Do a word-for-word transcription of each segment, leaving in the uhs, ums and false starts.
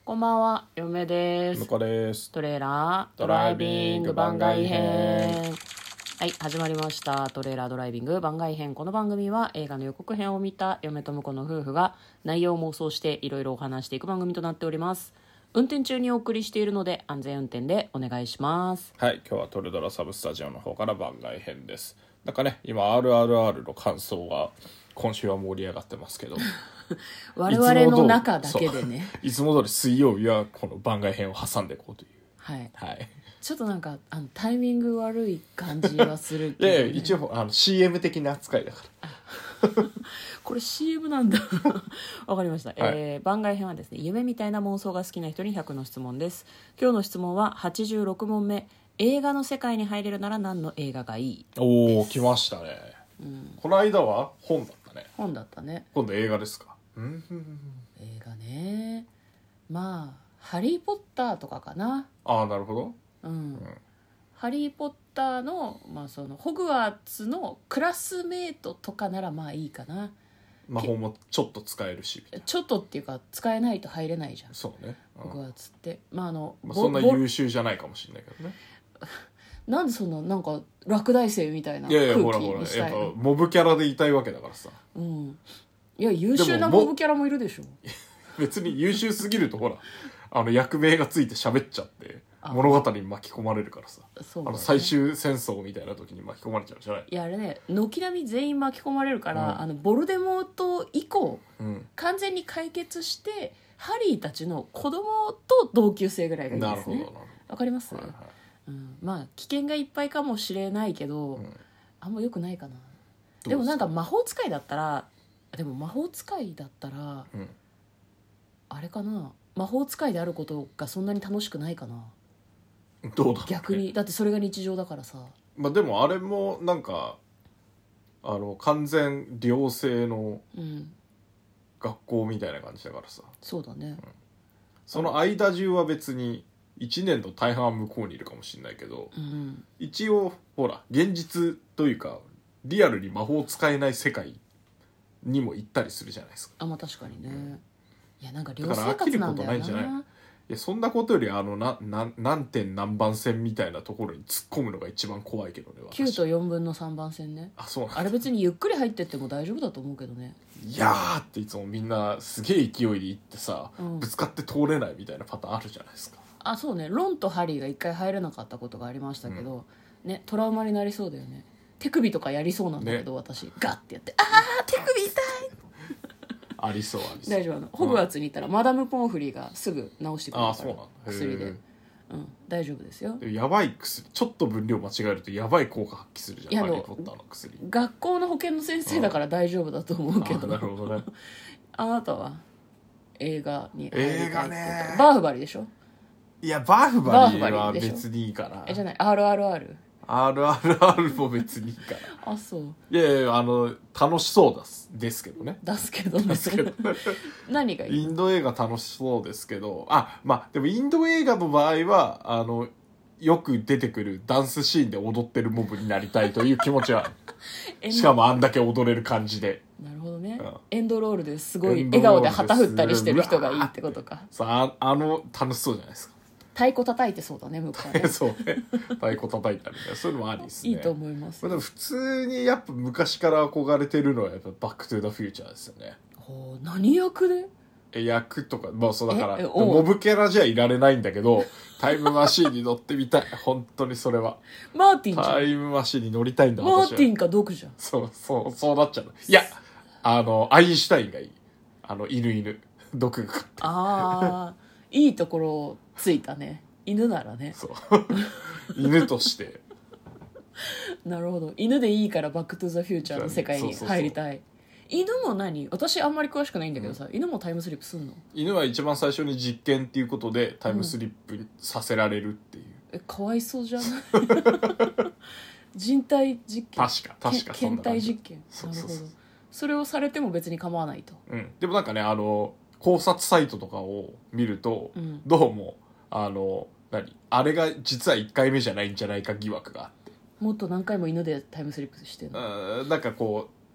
こんばんは、嫁です。 向こうです。 トレーラードドライビング番外編。 はい、始まりました。トレーラードライビング番外編。この番組は映画の予告編を見た嫁と婿の夫婦が内容を妄想していろいろお話していく番組となっております。運転中にお送りしているので安全運転でお願いします。 はい、今日はトレドラサブスタジオの方から番外編です。なんかね、今 アールアールアール の感想が今週は盛り上がってますけど我々の中だけでねいつも通り水曜日はこの番外編を挟んでいこうという、 はい、 はい、 ちょっとなんかあのタイミング悪い感じはするけど、ね、 いやいや一応あの シーエム 的な扱いだからこれ シーエム なんだわかりました、 はい、 えー、番外編はですね、夢みたいな妄想が好きな人にひゃくの質問です。今日の質問ははちじゅうろく問目。映画の世界に入れるなら何の映画がいい？ おお、来ましたね、うん、この間は本だったね。 本だったね。 今度映画ですか？うん映画ね、まあハリーポッターとかかな。 ああ、なるほど、 うん、うん、ハリーポッターの、まあ、そのホグワーツのクラスメートとかならまあいいかな。 魔法もちょっと使えるしみたいな。 ちょっとっていうか使えないと入れないじゃん。 そうね、うん、 ホグワーツって、まああのまあ、そんな優秀じゃないかもしれないけどねなんでそんななんか落第生みたいな空気にしたいの？いやいや、ほらほら、やっぱモブキャラでいたいわけだからさ。 うん、いや優秀なモブキャラもいるでしょ。 別に優秀すぎるとほらあの役名がついて喋っちゃって物語に巻き込まれるからさ。そうだね、あの最終戦争みたいな時に巻き込まれちゃうじゃない。いやあれね、軒並み全員巻き込まれるから、うん、あのボルデモート以降、うん、完全に解決してハリーたちの子供と同級生ぐらいがいいですね。なるほどな。わかります、はいはい、うん、まあ危険がいっぱいかもしれないけど、うん、あんま良くないかな。でもなんか魔法使いだったらでも魔法使いだったら、うん、あれかな、魔法使いであることがそんなに楽しくないかな。 どうだ、ね、 逆にだってそれが日常だからさ。 まあでもあれもなんかあの完全寮制の学校みたいな感じだからさ、うん、 そうだね、うん、 その間中は別にいちねんの大半は向こうにいるかもしれないけど、うん、一応ほら現実というかリアルに魔法使えない世界にも行ったりするじゃないですか。 あ、まあ確かにね、うん、いやなんか寮生活なんだよな。だから飽きることないんじゃない？いやそんなことよりあのなな何点何番線みたいなところに突っ込むのが一番怖いけどね。 きゅうとよんぶんのさんばん線ね。 あ、そうなんだ。 あれ別にゆっくり入ってっても大丈夫だと思うけどね。 いやーっていつもみんなすげえ勢いで行ってさ、うん、ぶつかって通れないみたいなパターンあるじゃないですか。 あ、そうね、ロンとハリーが一回入れなかったことがありましたけど、うん、ね、トラウマになりそうだよね。手首とかやりそうなんだけど、ね、私ガッてやってあー手首痛いありそうありそう。 大丈夫。あのホグワーツに行ったら、うん、マダム・ポンフリーがすぐ治してくれるから。あ、そうなんだ。薬で、うん、大丈夫ですよ。 やばい薬、ちょっと分量間違えるとやばい効果発揮するじゃん。ハリー・ポッターの薬。 学校の保健の先生だから大丈夫だと思うけど。 なるほどね。 あなたは映画に入りたいって。 映画ね。 バーフバリでしょ。 いやバーフバリは別にいいかな。 えじゃない アールアールアールアールアールアール も別にいいから。 あ、そう。 いやいや、あの楽しそうですですけどね。 出すけどね。けど何がいい？ インド映画楽しそうですけど、あ、まあでもインド映画の場合はあのよく出てくるダンスシーンで踊ってるモブになりたいという気持ちはしかもあんだけ踊れる感じで。 なるほどね、うん、エンドロールですごい笑顔で旗振ったりしてる人がいいってことか。 さあ、あの楽しそうじゃないですか。 太鼓叩いてそうだね、向こうね。 そうね、太鼓叩いたりね、そういうのもありですね。 いいと思います。 でも普通にやっぱ昔から憧れてるのはやっぱバックトゥザフューチャーですよね。 ほう、何役で？ え役とか、まあそうだからモブキャラじゃいられないんだけどタイムマシーンに乗ってみたい。本当にそれはマーティンじゃん。 タイムマシーンに乗りたいんだ。 マーティンかドクじゃん。 そうそうそうなっちゃう。いやあのアインシュタインがいい。あの犬犬ドクが飼って。 ああいいところついたね。犬ならね。 そう犬としてなるほど。犬でいいからバックトゥザフューチャーの世界に入りたい。そうそうそう。犬も何？私あんまり詳しくないんだけどさ、うん、犬もタイムスリップすんの？ 犬は一番最初に実験っていうことでタイムスリップさせられるっていう、うん、 えかわいそうじゃない人体実験。 確か確かそんな感じ。 検体実験。 そうそうそう。 なるほど。それをされても別に構わないと、 うん、でもなんかねあの考察サイトとかを見ると、うん、どうもあの何あれが実はいっかいめじゃないんじゃないか疑惑があって、 もっと何回も犬でタイムスリップしてるの。なんかこう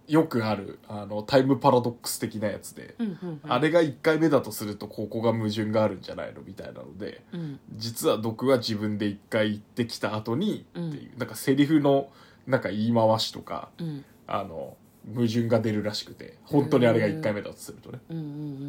よくあるあのタイムパラドックス的なやつで、 うんうんうん、 あれがいっかいめだとするとここが矛盾があるんじゃないのみたいなので、 うん、 実は毒は自分でいっかい行ってきた後にっていう、 うん、 なんかセリフのなんか言い回しとか、 うん、 あの矛盾が出るらしくて、本当にあれがいっかいめだとするとね、 うんうんうん、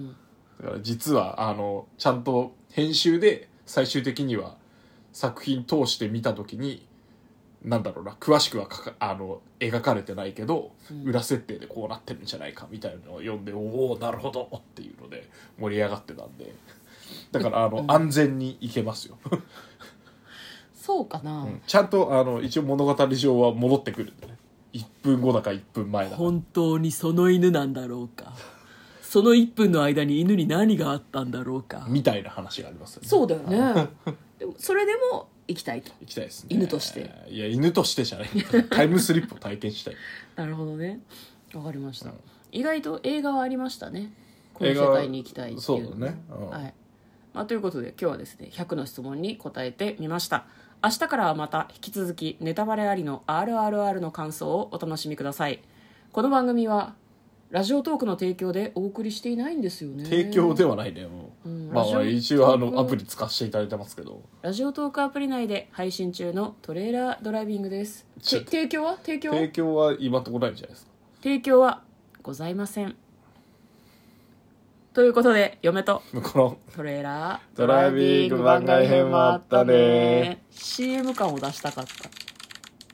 だから実はあのちゃんと編集で最終的には作品通して見た時になんだろうな、詳しくはかかあの描かれてないけど、うん、裏設定でこうなってるんじゃないかみたいなのを読んで、おおなるほどっていうので盛り上がってたんで、だからあの、うん、安全にいけますよそうかな、 うん、ちゃんとあの一応物語上は戻ってくるんでね、いっぷんごだかいっぷんまえだか本当にその犬なんだろうかそのいっぷんの間に犬に何があったんだろうかみたいな話がありますよね。 そうだよねでもそれでも行きたいと。 行きたいですね。 犬として。 いや犬としてじゃないタイムスリップを体験したいなるほどね、わかりました、うん、意外と映画はありましたね、この世界に行きたいっていう、 そうだね、うん、 はい、まあ、ということで今日はですねひゃくの質問に答えてみました。明日からはまた引き続きネタバレありの アールアールアール の感想をお楽しみください。この番組はラジオトークの提供でお送りしていないんですよね。 提供ではないね、もう、うん、まあ一応あのアプリ使わせていただいてますけど、 ラジオトークアプリ内で配信中のトレーラードライビングです。提供は提供は提供は今のところないんじゃないですか。 提供はございません。ということで嫁とこのトレーラードライビング番外編もあったね。 シーエム 感を出したかった。